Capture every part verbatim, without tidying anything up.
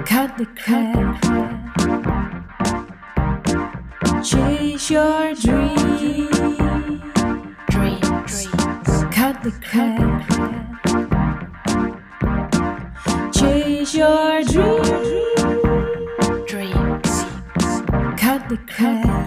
Cut the crap. Chase your dreams. Dreams. Cut the crap. Chase your dreams. Dreams. Cut the crap.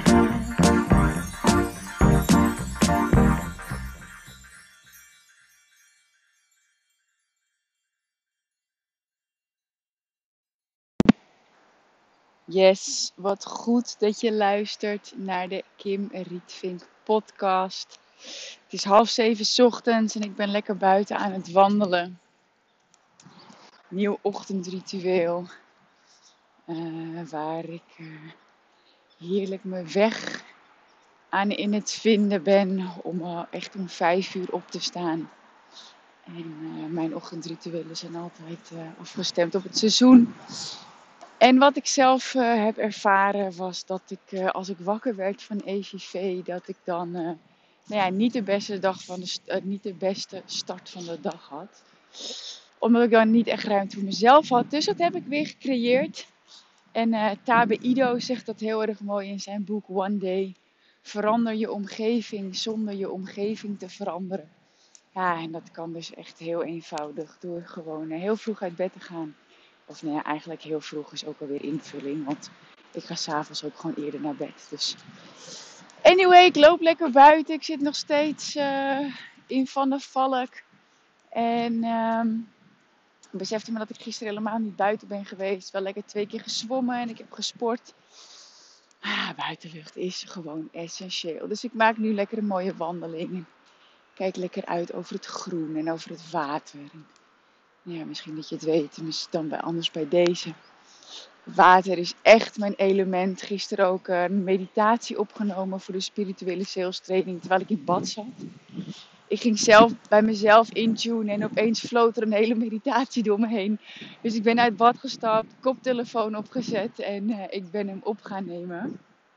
Yes, wat goed dat je luistert naar de Kim Rietvink podcast. Het is half zeven 's ochtends en ik ben lekker buiten aan het wandelen. Nieuw ochtendritueel. Uh, waar ik uh, heerlijk mijn weg aan in het vinden ben om uh, echt om vijf uur op te staan. En uh, mijn ochtendrituelen zijn altijd uh, afgestemd op het seizoen. En wat ik zelf uh, heb ervaren was dat ik, uh, als ik wakker werd van E V V, dat ik dan uh, nou ja, niet, de beste dag van de st- uh, niet de beste start van de dag had. Omdat ik dan niet echt ruimte voor mezelf had. Dus dat heb ik weer gecreëerd. En uh, Tabe Ido zegt dat heel erg mooi in zijn boek One Day. Verander je omgeving zonder je omgeving te veranderen. Ja, en dat kan dus echt heel eenvoudig door gewoon uh, heel vroeg uit bed te gaan. Of nou ja, eigenlijk heel vroeg is ook alweer invulling. Want ik ga s'avonds ook gewoon eerder naar bed. Dus anyway, ik loop lekker buiten. Ik zit nog steeds uh, in Van der Valk. En um, ik besefte me dat ik gisteren helemaal niet buiten ben geweest. Wel lekker twee keer gezwommen en ik heb gesport. Ah, buitenlucht is gewoon essentieel. Dus ik maak nu lekker een mooie wandeling. Kijk lekker uit over het groen en over het water. Ja, misschien dat je het weet, dus dan bij, anders bij deze. Water is echt mijn element. Gisteren ook een meditatie opgenomen voor de spirituele sales training terwijl ik in bad zat. Ik ging zelf bij mezelf intunen en opeens floot er een hele meditatie door me heen. Dus ik ben uit bad gestapt, koptelefoon opgezet en uh, ik ben hem op gaan nemen.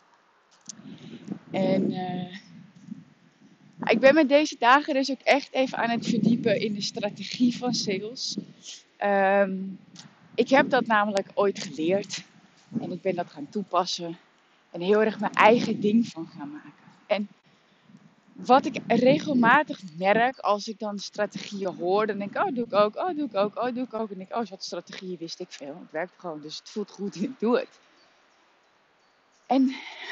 En uh, ik ben met deze dagen dus ook echt even aan het verdiepen in de strategie van sales. Um, ik heb dat namelijk ooit geleerd. En ik ben dat gaan toepassen. En heel erg mijn eigen ding van gaan maken. En wat ik regelmatig merk als ik dan strategieën hoor. Dan denk ik, oh doe ik ook, oh doe ik ook, oh doe ik ook. En denk ik, oh wat strategieën wist ik veel. Het werkt gewoon, dus het voelt goed en ik doe het. En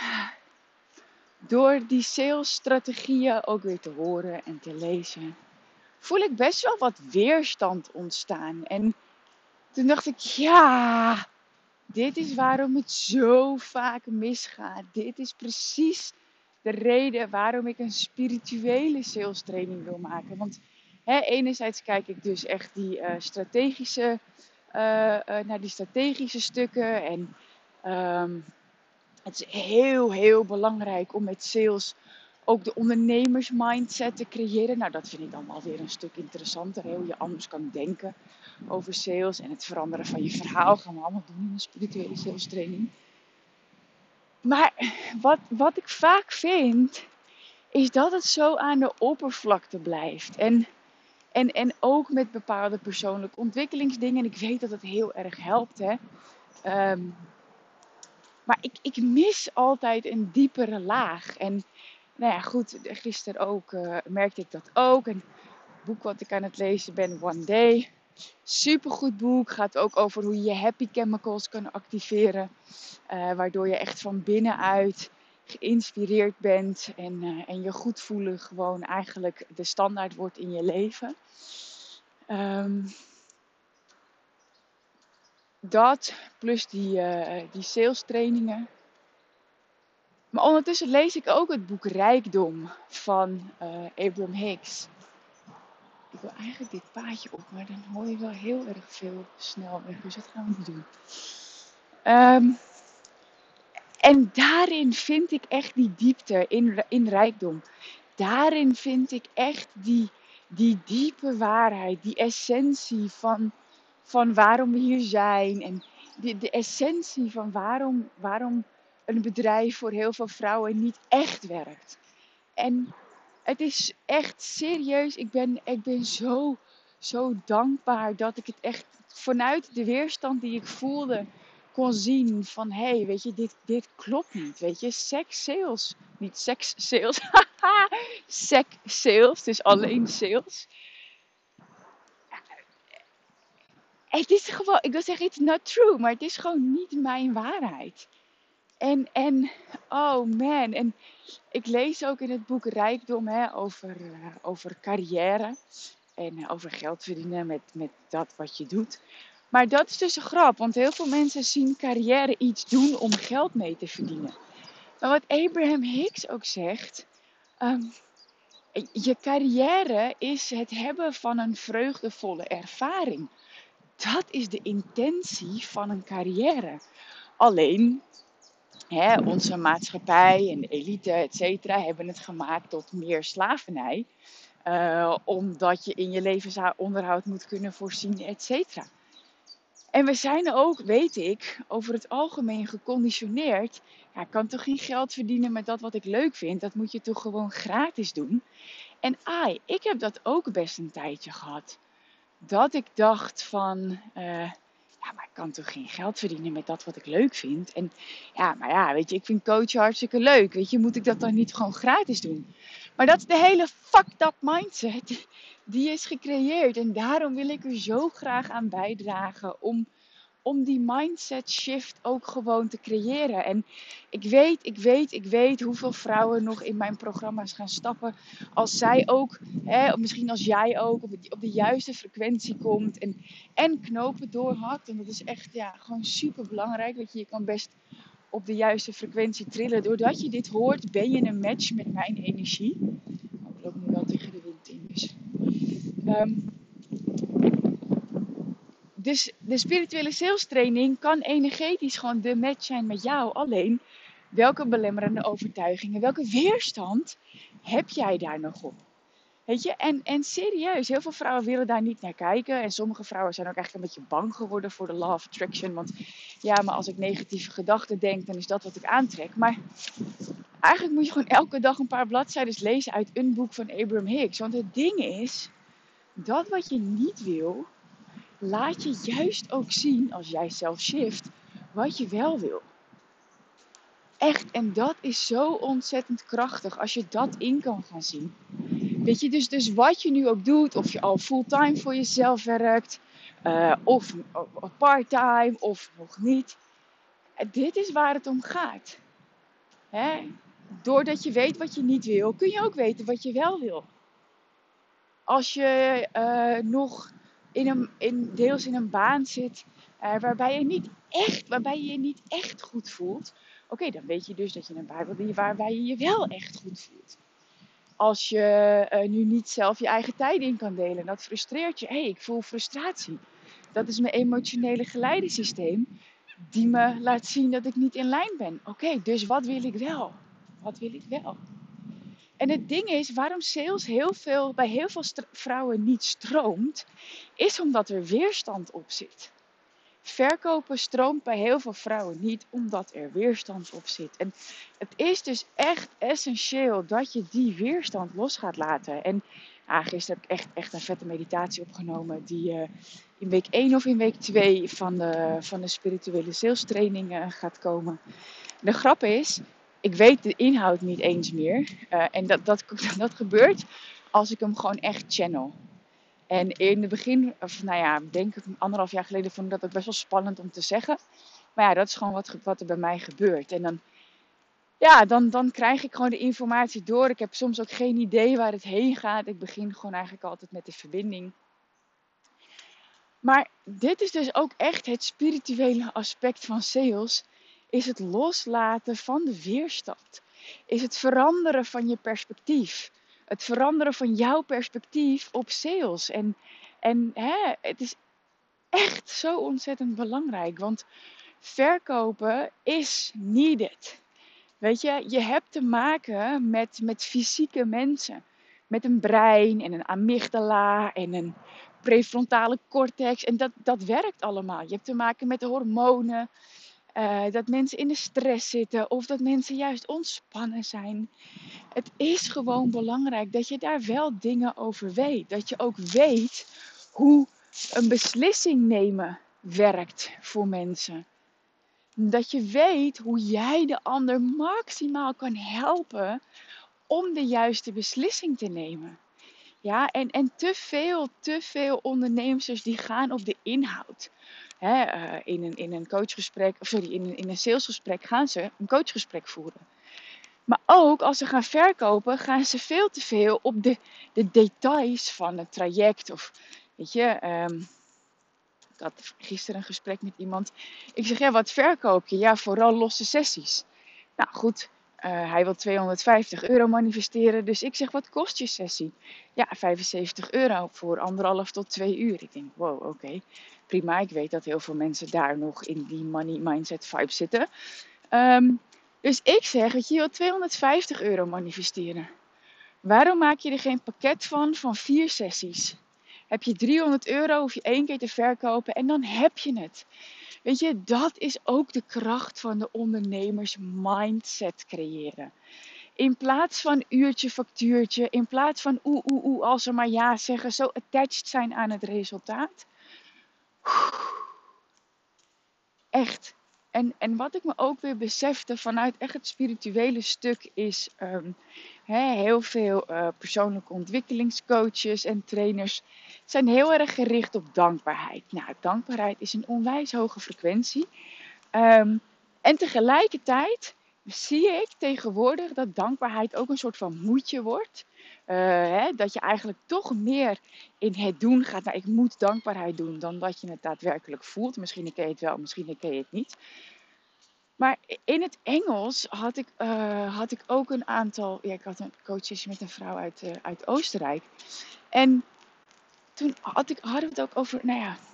door die salesstrategieën ook weer te horen en te lezen. Voel ik best wel wat weerstand ontstaan. En toen dacht ik, ja... Dit is waarom het zo vaak misgaat. Dit is precies de reden waarom ik een spirituele sales training wil maken. Want hè, enerzijds kijk ik dus echt die, uh, strategische, uh, uh, naar die strategische stukken. En um, het is heel, heel belangrijk om met sales ook de ondernemersmindset te creëren. Nou, dat vind ik dan alweer een stuk interessanter. Hoe je anders kan denken over sales en het veranderen van je verhaal. Gaan we allemaal doen in een spirituele sales training. Maar wat, wat ik vaak vind, is dat het zo aan de oppervlakte blijft. En, en, en ook met bepaalde persoonlijke ontwikkelingsdingen. En ik weet dat het heel erg helpt, hè. Um, maar ik, ik mis altijd een diepere laag. En nou ja, goed, gisteren ook uh, merkte ik dat ook. En het boek wat ik aan het lezen ben, One Day. Supergoed boek. Gaat ook over hoe je je happy chemicals kan activeren. Uh, waardoor je echt van binnenuit geïnspireerd bent. En, uh, en je goed voelen gewoon eigenlijk de standaard wordt in je leven. Um, dat plus die, uh, die sales trainingen. Maar ondertussen lees ik ook het boek Rijkdom van uh, Abraham Hicks. Ik wil eigenlijk dit paadje op, maar dan hoor je wel heel erg veel snelweg. Dus dat gaan we niet doen. Um, en daarin vind ik echt die diepte in, in rijkdom. Daarin vind ik echt die, die diepe waarheid, die essentie van, van waarom we hier zijn. En de, de essentie van waarom, waarom een bedrijf voor heel veel vrouwen niet echt werkt. En het is echt serieus, ik ben, ik ben zo, zo dankbaar dat ik het echt vanuit de weerstand die ik voelde kon zien van, hé, hey, weet je, dit, dit klopt niet, weet je. Sex sales, niet seks sales, sec sales, dus alleen sales. Het is gewoon, ik wil zeggen, it's not true, maar het is gewoon niet mijn waarheid. En, en, oh man, en ik lees ook in het boek Rijkdom hè, over, uh, over carrière en uh, over geld verdienen met, met dat wat je doet. Maar dat is dus een grap, want heel veel mensen zien carrière iets doen om geld mee te verdienen. Maar wat Abraham Hicks ook zegt, um, je carrière is het hebben van een vreugdevolle ervaring. Dat is de intentie van een carrière. Alleen, hè, onze maatschappij en de elite, et cetera, hebben het gemaakt tot meer slavernij. Uh, omdat je in je levensonderhoud moet kunnen voorzien, et cetera. En we zijn ook, weet ik, over het algemeen geconditioneerd. Ja, ik kan toch geen geld verdienen met dat wat ik leuk vind. Dat moet je toch gewoon gratis doen. En ai, ik heb dat ook best een tijdje gehad. Dat ik dacht van, uh, ja, maar ik kan toch geen geld verdienen met dat wat ik leuk vind. En ja, maar ja, weet je, ik vind coachen hartstikke leuk. Weet je, moet ik dat dan niet gewoon gratis doen? Maar dat is de hele fucked up mindset. Die is gecreëerd. En daarom wil ik er zo graag aan bijdragen om, om die mindset shift ook gewoon te creëren. En ik weet, ik weet, ik weet hoeveel vrouwen nog in mijn programma's gaan stappen. Als zij ook, hè, of misschien als jij ook, op, het, op de juiste frequentie komt. En, en knopen doorhakt. En dat is echt ja, gewoon super belangrijk. Want je, je kan best op de juiste frequentie trillen. Doordat je dit hoort, ben je een match met mijn energie. Oh, ik loop nu wel tegen de wind in. Dus. Um, Dus de spirituele sales training kan energetisch gewoon de match zijn met jou. Alleen, welke belemmerende overtuigingen, welke weerstand heb jij daar nog op? Weet je, en, en serieus, heel veel vrouwen willen daar niet naar kijken. En sommige vrouwen zijn ook eigenlijk een beetje bang geworden voor de law of attraction. Want ja, maar als ik negatieve gedachten denk, dan is dat wat ik aantrek. Maar eigenlijk moet je gewoon elke dag een paar bladzijden lezen uit een boek van Abraham Hicks. Want het ding is, dat wat je niet wil, laat je juist ook zien, als jij zelf shift, wat je wel wil. Echt, en dat is zo ontzettend krachtig als je dat in kan gaan zien. Weet je, dus, dus wat je nu ook doet, of je al fulltime voor jezelf werkt, uh, of, of parttime, of nog niet. Dit is waar het om gaat. Hè? Doordat je weet wat je niet wil, kun je ook weten wat je wel wil. Als je uh, nog in een, in, deels in een baan zit uh, waarbij, je niet echt, waarbij je je niet echt goed voelt. Oké, okay, dan weet je dus dat je een baan wil waarbij je je wel echt goed voelt. Als je uh, nu niet zelf je eigen tijd in kan delen, dat frustreert je. Hé, hey, ik voel frustratie. Dat is mijn emotionele geleidesysteem die me laat zien dat ik niet in lijn ben. Oké, okay, dus wat wil ik wel? Wat wil ik wel? En het ding is, waarom sales heel veel, bij heel veel st- vrouwen niet stroomt, is omdat er weerstand op zit. Verkopen stroomt bij heel veel vrouwen niet, omdat er weerstand op zit. En het is dus echt essentieel dat je die weerstand los gaat laten. En ah, gisteren heb ik echt, echt een vette meditatie opgenomen, die uh, in week één of in week twee van de, van de spirituele sales training uh, gaat komen. De grap is, ik weet de inhoud niet eens meer. Uh, en dat, dat, dat gebeurt als ik hem gewoon echt channel. En in het begin, of nou ja, denk ik anderhalf jaar geleden, vond ik dat ook best wel spannend om te zeggen. Maar ja, dat is gewoon wat, wat er bij mij gebeurt. En dan, ja, dan, dan krijg ik gewoon de informatie door. Ik heb soms ook geen idee waar het heen gaat. Ik begin gewoon eigenlijk altijd met de verbinding. Maar dit is dus ook echt het spirituele aspect van sales. Is het loslaten van de weerstand. Is het veranderen van je perspectief. Het veranderen van jouw perspectief op sales. En, en hè, het is echt zo ontzettend belangrijk. Want verkopen is needed. Weet je, je hebt te maken met, met fysieke mensen. Met een brein en een amygdala en een prefrontale cortex. En dat, dat werkt allemaal. Je hebt te maken met de hormonen. Uh, dat mensen in de stress zitten of dat mensen juist ontspannen zijn. Het is gewoon belangrijk dat je daar wel dingen over weet. Dat je ook weet hoe een beslissing nemen werkt voor mensen. Dat je weet hoe jij de ander maximaal kan helpen om de juiste beslissing te nemen. Ja, en, en te veel, te veel ondernemers die gaan op de inhoud. Hè, uh, in, een, in een coachgesprek, of sorry, in een, in een salesgesprek gaan ze een coachgesprek voeren. Maar ook als ze gaan verkopen, gaan ze veel te veel op de, de details van het traject. Of weet je, um, ik had gisteren een gesprek met iemand. Ik zeg, ja, wat verkoop je? Ja, vooral losse sessies. Nou goed, uh, hij wil tweehonderdvijftig euro manifesteren. Dus ik zeg, wat kost je sessie? Ja, vijfenzeventig euro voor anderhalf tot twee uur. Ik denk, wow, oké. Okay. Prima, ik weet dat heel veel mensen daar nog in die money mindset vibe zitten. Um, dus ik zeg, weet je, je wil tweehonderdvijftig euro manifesteren. Waarom maak je er geen pakket van van vier sessies? Heb je driehonderd euro, hoef je één keer te verkopen en dan heb je het. Weet je, dat is ook de kracht van de ondernemers mindset creëren. In plaats van uurtje, factuurtje, in plaats van oeh, oeh, oeh, als ze maar ja zeggen, zo attached zijn aan het resultaat. Echt. En, en wat ik me ook weer besefte vanuit echt het spirituele stuk is um, he, heel veel uh, persoonlijke ontwikkelingscoaches en trainers zijn heel erg gericht op dankbaarheid. Nou, dankbaarheid is een onwijs hoge frequentie. Um, en tegelijkertijd zie ik tegenwoordig dat dankbaarheid ook een soort van moedje wordt. Uh, hè, dat je eigenlijk toch meer in het doen gaat. Nou, ik moet dankbaarheid doen dan dat je het daadwerkelijk voelt. Misschien ken je het wel, misschien ken je het niet. Maar in het Engels had ik, uh, had ik ook een aantal... Ja, ik had een coachsessie met een vrouw uit, uh, uit Oostenrijk. En toen had ik, hadden we het ook over... Nou ja,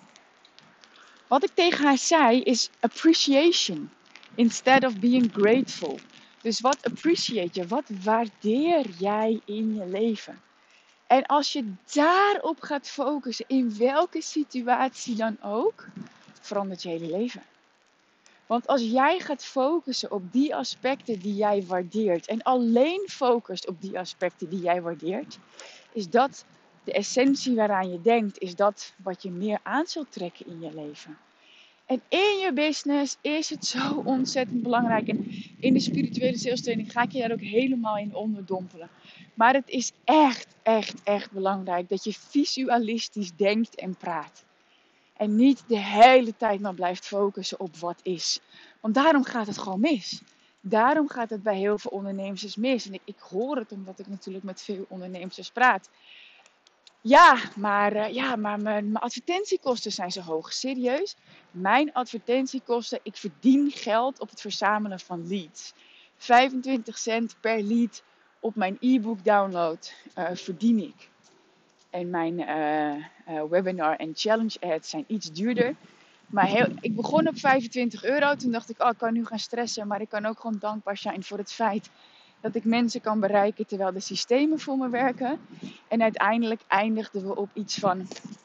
wat ik tegen haar zei is appreciation. Instead of being grateful. Dus wat appreciate je? Wat waardeer jij in je leven? En als je daarop gaat focussen, in welke situatie dan ook, verandert je hele leven. Want als jij gaat focussen op die aspecten die jij waardeert en alleen focust op die aspecten die jij waardeert, is dat de essentie waaraan je denkt, is dat wat je meer aan zult trekken in je leven. En in je business is het zo ontzettend belangrijk. En in de spirituele sales training ga ik je daar ook helemaal in onderdompelen. Maar het is echt, echt, echt belangrijk dat je visualistisch denkt en praat. En niet de hele tijd maar blijft focussen op wat is. Want daarom gaat het gewoon mis. Daarom gaat het bij heel veel ondernemers mis. En ik, ik hoor het omdat ik natuurlijk met veel ondernemers praat. Ja, maar, uh, ja, maar mijn, mijn advertentiekosten zijn zo hoog. Serieus? Mijn advertentiekosten, ik verdien geld op het verzamelen van leads. vijfentwintig cent per lead op mijn e-book download uh, verdien ik. En mijn uh, uh, webinar en challenge ads zijn iets duurder. Maar heel, ik begon op vijfentwintig euro. Toen dacht ik, oh, ik kan nu gaan stressen. Maar ik kan ook gewoon dankbaar zijn voor het feit dat ik mensen kan bereiken terwijl de systemen voor me werken. En uiteindelijk eindigden we op iets van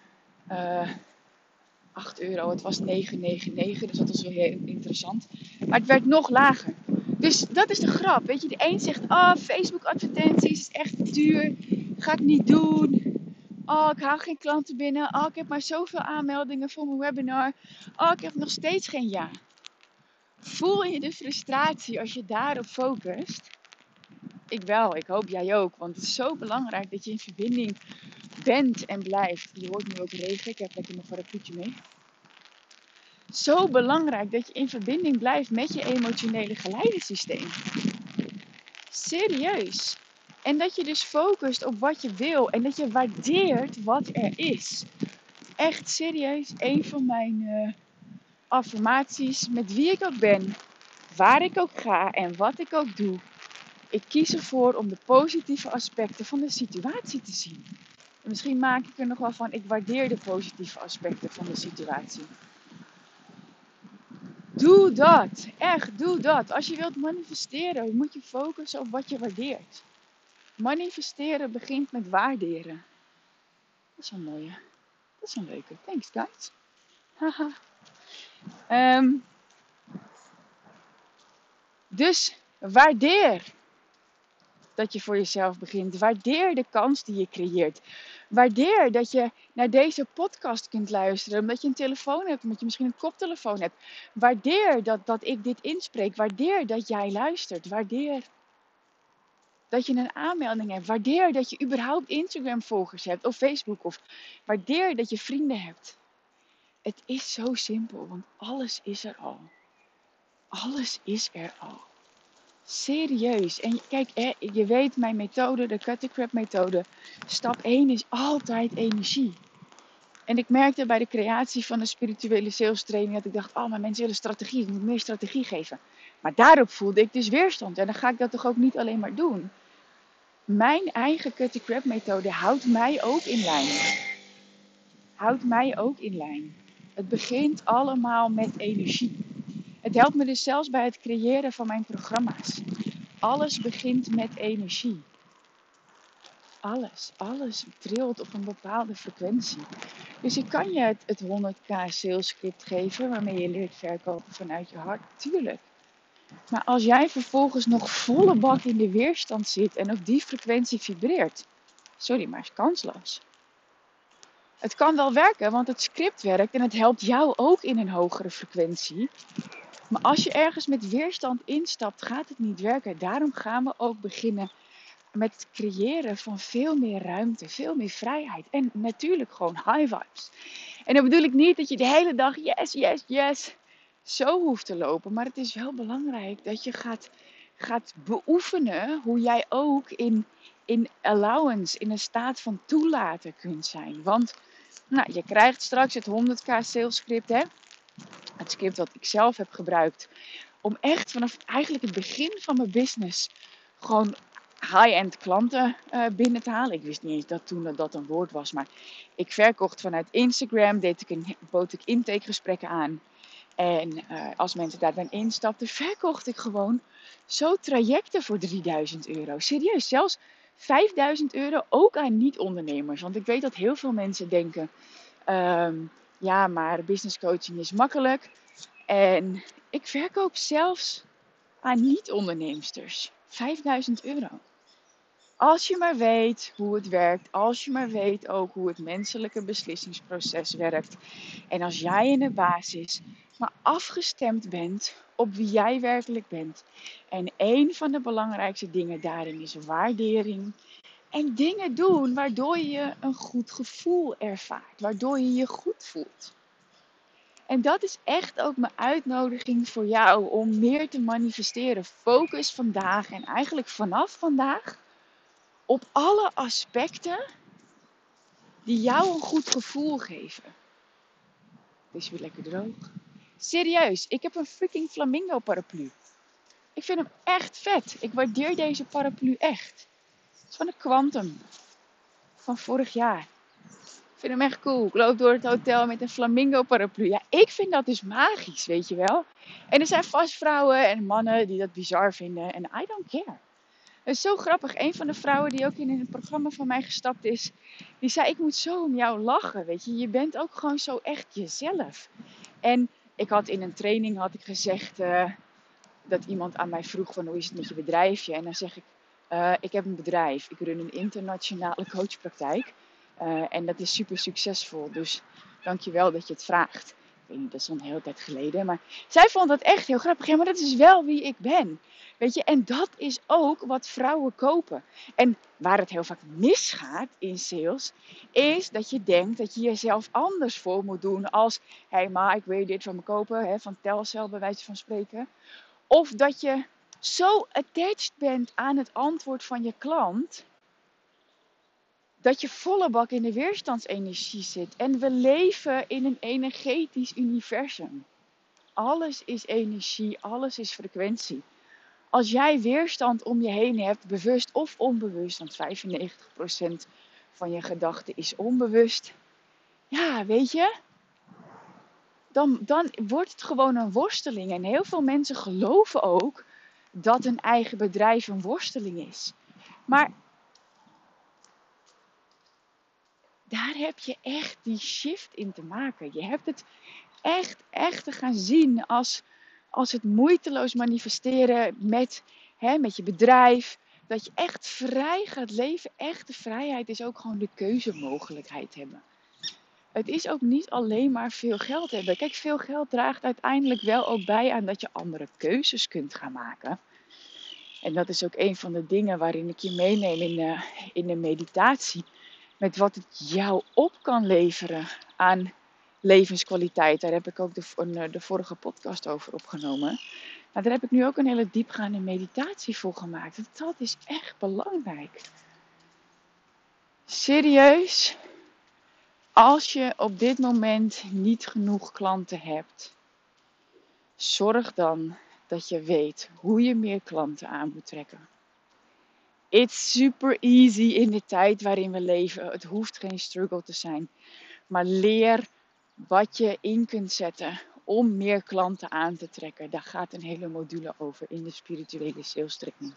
uh, acht euro. Het was negen negenennegentig, dus dat was wel heel interessant. Maar het werd nog lager. Dus dat is de grap. Weet je, de een zegt, ah, oh, Facebook advertenties is echt duur. Ga ik niet doen. Oh, ik haal geen klanten binnen. Oh, ik heb maar zoveel aanmeldingen voor mijn webinar. Oh, ik heb nog steeds geen ja. Voel je de frustratie als je daarop focust? Ik wel, ik hoop jij ook. Want het is zo belangrijk dat je in verbinding bent en blijft. Je hoort nu ook regen, ik heb lekker mijn parapluutje mee. Zo belangrijk dat je in verbinding blijft met je emotionele geleidensysteem. Serieus. En dat je dus focust op wat je wil. En dat je waardeert wat er is. Echt serieus, een van mijn uh, affirmaties met wie ik ook ben. Waar ik ook ga en wat ik ook doe. Ik kies ervoor om de positieve aspecten van de situatie te zien. En misschien maak ik er nog wel van, ik waardeer de positieve aspecten van de situatie. Doe dat. Echt, doe dat. Als je wilt manifesteren, moet je focussen op wat je waardeert. Manifesteren begint met waarderen. Dat is een mooie. Dat is een leuke. Thanks, guys. Haha. um, dus waardeer dat je voor jezelf begint. Waardeer de kans die je creëert. Waardeer dat je naar deze podcast kunt luisteren. Omdat je een telefoon hebt, omdat je misschien een koptelefoon hebt. Waardeer dat, dat ik dit inspreek. Waardeer dat jij luistert. Waardeer dat je een aanmelding hebt. Waardeer dat je überhaupt Instagram volgers hebt. Of Facebook. Of waardeer dat je vrienden hebt. Het is zo simpel. Want alles is er al. Alles is er al. Serieus. En kijk, hè, je weet mijn methode, de Cut the Crap methode. Stap één is altijd energie. En ik merkte bij de creatie van de spirituele sales training dat ik dacht, oh, maar mensen willen strategie, ik moet meer strategie geven. Maar daarop voelde ik dus weerstand. En dan ga ik dat toch ook niet alleen maar doen. Mijn eigen Cut the Crap methode houdt mij ook in lijn. Houdt mij ook in lijn. Het begint allemaal met energie. Het helpt me dus zelfs bij het creëren van mijn programma's. Alles begint met energie. Alles, alles trilt op een bepaalde frequentie. Dus ik kan je het, het honderd k sales script geven waarmee je leert verkopen vanuit je hart. Tuurlijk. Maar als jij vervolgens nog volle bak in de weerstand zit en op die frequentie vibreert. Sorry, maar is kansloos. Het kan wel werken, want het script werkt en het helpt jou ook in een hogere frequentie. Maar als je ergens met weerstand instapt, gaat het niet werken. Daarom gaan we ook beginnen met het creëren van veel meer ruimte, veel meer vrijheid. En natuurlijk gewoon high vibes. En dan bedoel ik niet dat je de hele dag yes, yes, yes zo hoeft te lopen. Maar het is wel belangrijk dat je gaat, gaat beoefenen hoe jij ook in, in allowance, in een staat van toelaten kunt zijn. Want nou, je krijgt straks het honderd k sales script, hè? Het script wat ik zelf heb gebruikt. Om echt vanaf eigenlijk het begin van mijn business gewoon high-end klanten uh, binnen te halen. Ik wist niet eens dat toen dat, dat een woord was. Maar ik verkocht vanuit Instagram. Deed ik een, bood ik intakegesprekken aan. En uh, als mensen daarbij instapten, verkocht ik gewoon zo trajecten voor drieduizend euro. Serieus, zelfs vijfduizend euro ook aan niet-ondernemers. Want ik weet dat heel veel mensen denken, um, ja, maar business coaching is makkelijk. En ik verkoop zelfs aan niet-onderneemsters vijfduizend euro. Als je maar weet hoe het werkt, als je maar weet ook hoe het menselijke beslissingsproces werkt. En als jij in de basis maar afgestemd bent op wie jij werkelijk bent. En een van de belangrijkste dingen daarin is waardering. En dingen doen waardoor je een goed gevoel ervaart, waardoor je je goed voelt. En dat is echt ook mijn uitnodiging voor jou om meer te manifesteren. Focus vandaag en eigenlijk vanaf vandaag op alle aspecten die jou een goed gevoel geven. Het is weer lekker droog. Serieus, ik heb een freaking flamingo paraplu. Ik vind hem echt vet. Ik waardeer deze paraplu echt. Het is van de Quantum. Van vorig jaar. Ik vind hem echt cool. Ik loop door het hotel met een flamingo paraplu. Ja, ik vind dat dus magisch, weet je wel. En er zijn vast vrouwen en mannen die dat bizar vinden. En I don't care. Het is zo grappig. Een van de vrouwen die ook in een programma van mij gestapt is. Die zei, ik moet zo om jou lachen, weet je. Je bent ook gewoon zo echt jezelf. En ik had in een training had ik gezegd. Uh, dat iemand aan mij vroeg van hoe is het met je bedrijfje. En dan zeg ik, uh, ik heb een bedrijf. Ik run een internationale coachpraktijk. Uh, en dat is super succesvol. Dus dankjewel dat je het vraagt. Ik weet niet, dat is al een hele tijd geleden. Maar zij vond dat echt heel grappig. Ja, maar dat is wel wie ik ben. Weet je, en dat is ook wat vrouwen kopen. En waar het heel vaak misgaat in sales, is dat je denkt dat je jezelf anders voor moet doen als, hé, hey, maar ik wil je dit van me kopen, hè, van Telcel bij wijze van spreken. Of dat je zo attached bent aan het antwoord van je klant, dat je volle bak in de weerstandsenergie zit. En we leven in een energetisch universum. Alles is energie, alles is frequentie. Als jij weerstand om je heen hebt, bewust of onbewust, want vijfennegentig procent van je gedachten is onbewust. Ja, weet je, dan, dan wordt het gewoon een worsteling. En heel veel mensen geloven ook dat een eigen bedrijf een worsteling is. Maar daar heb je echt die shift in te maken. Je hebt het echt, echt te gaan zien als, als het moeiteloos manifesteren met, hè, met je bedrijf. Dat je echt vrij gaat leven. Echte vrijheid is ook gewoon de keuzemogelijkheid hebben. Het is ook niet alleen maar veel geld hebben. Kijk, veel geld draagt uiteindelijk wel ook bij aan dat je andere keuzes kunt gaan maken. En dat is ook een van de dingen waarin ik je meeneem in de, in de meditatie. Met wat het jou op kan leveren aan levenskwaliteit. Daar heb ik ook de, de vorige podcast over opgenomen. Maar daar heb ik nu ook een hele diepgaande meditatie voor gemaakt. Want dat is echt belangrijk. Serieus, als je op dit moment niet genoeg klanten hebt, zorg dan dat je weet hoe je meer klanten aan moet trekken. It's super easy in de tijd waarin we leven. Het hoeft geen struggle te zijn. Maar leer wat je in kunt zetten om meer klanten aan te trekken. Daar gaat een hele module over in de spirituele sales training.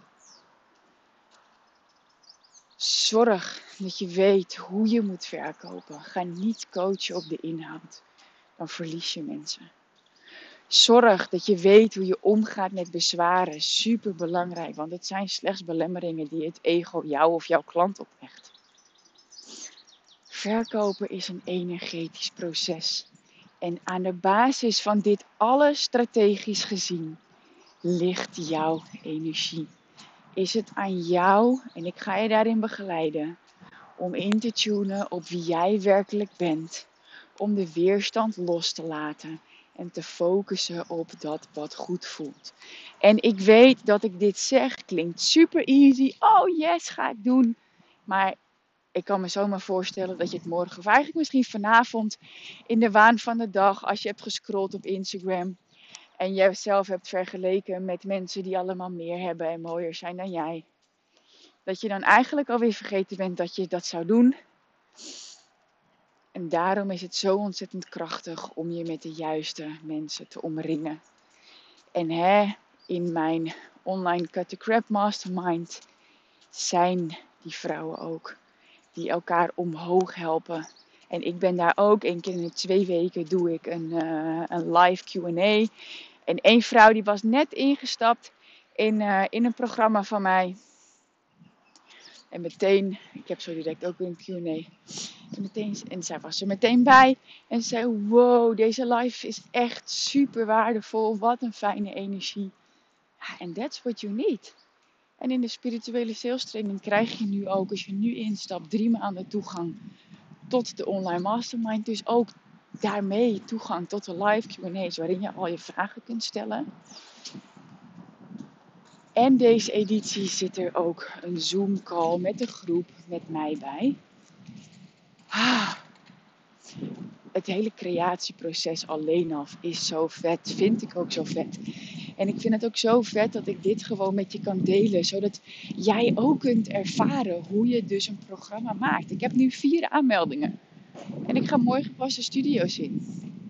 Zorg dat je weet hoe je moet verkopen. Ga niet coachen op de inhoud. Dan verlies je mensen. Zorg dat je weet hoe je omgaat met bezwaren. Super belangrijk, want het zijn slechts belemmeringen die het ego jou of jouw klant oplegt. Verkopen is een energetisch proces. En aan de basis van dit alles strategisch gezien ligt jouw energie. Is het aan jou, en ik ga je daarin begeleiden, om in te tunen op wie jij werkelijk bent. Om de weerstand los te laten en te focussen op dat wat goed voelt. En ik weet dat ik dit zeg, klinkt super easy. Oh yes, ga ik doen. Maar ik kan me zomaar voorstellen dat je het morgen, of eigenlijk misschien vanavond, in de waan van de dag, als je hebt gescrolld op Instagram en jezelf hebt vergeleken met mensen die allemaal meer hebben en mooier zijn dan jij, dat je dan eigenlijk alweer vergeten bent dat je dat zou doen. En daarom is het zo ontzettend krachtig om je met de juiste mensen te omringen. En hè, in mijn online Cut the Crap Mastermind zijn die vrouwen ook. Die elkaar omhoog helpen. En ik ben daar ook, één keer in de twee weken doe ik een, uh, een live Q en A. En één vrouw die was net ingestapt in, uh, in een programma van mij. En meteen, ik heb zo direct ook weer een Q en A. En, meteen, en zij was er meteen bij. En zei, wow, deze live is echt super waardevol. Wat een fijne energie. En that's what you need. En in de spirituele sales training krijg je nu ook, als je nu instapt, drie maanden toegang tot de online mastermind. Dus ook daarmee toegang tot de live Q en A's waarin je al je vragen kunt stellen. En deze editie zit er ook een Zoom call met de groep met mij bij. Ah, het hele creatieproces alleen al is zo vet. Vind ik ook zo vet. En ik vind het ook zo vet dat ik dit gewoon met je kan delen. Zodat jij ook kunt ervaren hoe je dus een programma maakt. Ik heb nu vier aanmeldingen. En ik ga morgen pas de studio's in.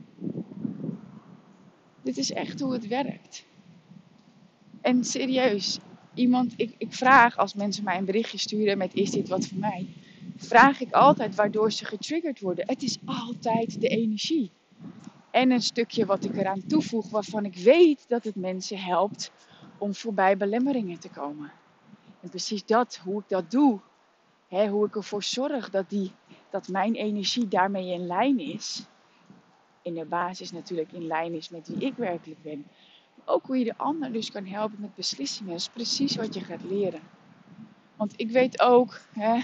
Dit is echt hoe het werkt. En serieus. Iemand, ik, ik vraag als mensen mij een berichtje sturen met is dit wat voor mij? Vraag ik altijd waardoor ze getriggerd worden. Het is altijd de energie. En een stukje wat ik eraan toevoeg waarvan ik weet dat het mensen helpt om voorbij belemmeringen te komen. En precies dat, hoe ik dat doe. Hè, hoe ik ervoor zorg dat, die, dat mijn energie daarmee in lijn is. In de basis natuurlijk in lijn is met wie ik werkelijk ben. Maar ook hoe je de ander dus kan helpen met beslissingen. Dat is precies wat je gaat leren. Want ik weet ook, hè,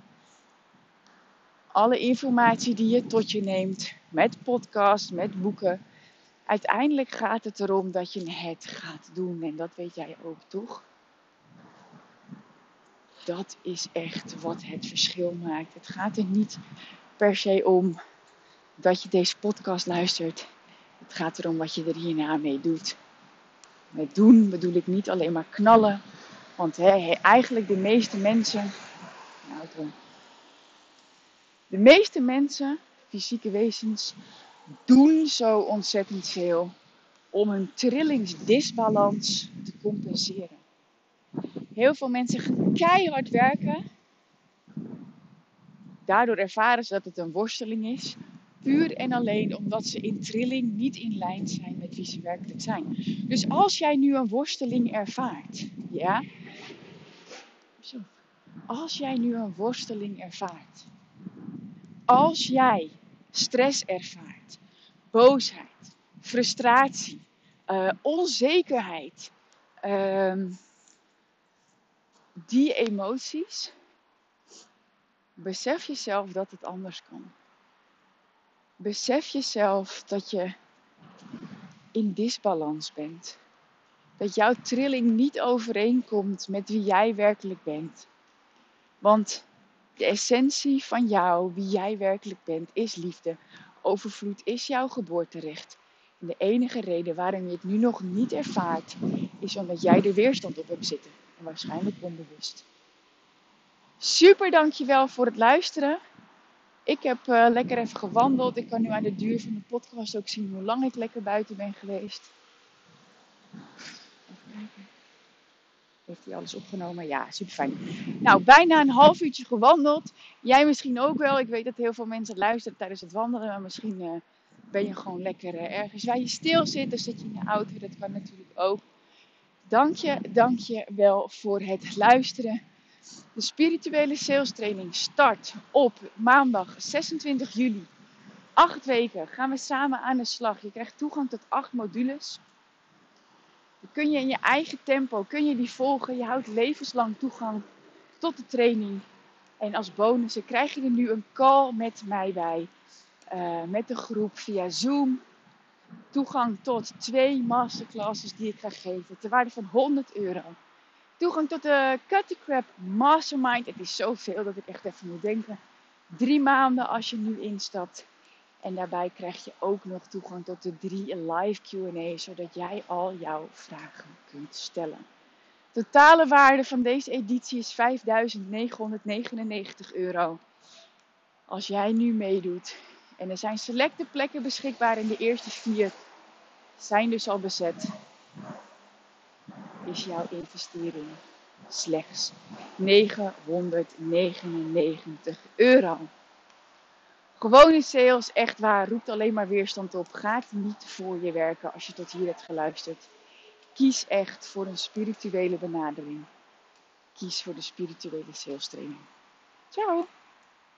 alle informatie die je tot je neemt, met podcasts, met boeken. Uiteindelijk gaat het erom dat je het gaat doen. En dat weet jij ook, toch? Dat is echt wat het verschil maakt. Het gaat er niet per se om dat je deze podcast luistert. Het gaat erom wat je er hierna mee doet. Met doen bedoel ik niet alleen maar knallen. Want hè, eigenlijk de meeste mensen... Nou, erom. De meeste mensen, fysieke wezens, doen zo ontzettend veel om hun trillingsdisbalans te compenseren. Heel veel mensen gaan keihard werken. Daardoor ervaren ze dat het een worsteling is. Puur en alleen omdat ze in trilling niet in lijn zijn met wie ze werkelijk zijn. Dus als jij nu een worsteling ervaart, ja, Zo. Als jij nu een worsteling ervaart. Als jij stress ervaart. Boosheid. Frustratie. Uh, onzekerheid. Uh, die emoties. Besef jezelf dat het anders kan. Besef jezelf dat je in disbalans bent. Dat jouw trilling niet overeenkomt met wie jij werkelijk bent. Want de essentie van jou, wie jij werkelijk bent, is liefde. Overvloed is jouw geboorterecht. En de enige reden waarom je het nu nog niet ervaart, is omdat jij er weerstand op hebt zitten. En waarschijnlijk onbewust. Super dankjewel voor het luisteren. Ik heb uh, lekker even gewandeld. Ik kan nu aan de duur van de podcast ook zien hoe lang ik lekker buiten ben geweest. Even kijken. Heeft hij alles opgenomen? Ja, super fijn. Nou, bijna een half uurtje gewandeld. Jij misschien ook wel. Ik weet dat heel veel mensen luisteren tijdens het wandelen. Maar misschien uh, ben je gewoon lekker uh, ergens waar je stil zit. Of zit je in de auto. Dat kan natuurlijk ook. Dank je, dank je wel voor het luisteren. De spirituele sales training start op maandag zesentwintig juli. Acht weken gaan we samen aan de slag. Je krijgt toegang tot acht modules. Dan kun je in je eigen tempo, kun je die volgen. Je houdt levenslang toegang tot de training. En als bonus krijg je er nu een call met mij bij. Uh, met de groep via Zoom. Toegang tot twee masterclasses die ik ga geven. Ter waarde van honderd euro. Toegang tot de Cut the Crap Mastermind. Het is zoveel dat ik echt even moet denken. Drie maanden als je nu instapt. En daarbij krijg je ook nog toegang tot de drie live Q en A's. Zodat jij al jouw vragen kunt stellen. Totale waarde van deze editie is vijfduizend negenhonderdnegenennegentig euro. Als jij nu meedoet. En er zijn selecte plekken beschikbaar in de eerste vier. Zijn dus al bezet. Is jouw investering slechts negenhonderdnegenennegentig euro. Gewone sales, echt waar, roept alleen maar weerstand op. Gaat niet voor je werken als je tot hier hebt geluisterd. Kies echt voor een spirituele benadering. Kies voor de spirituele sales training. Ciao!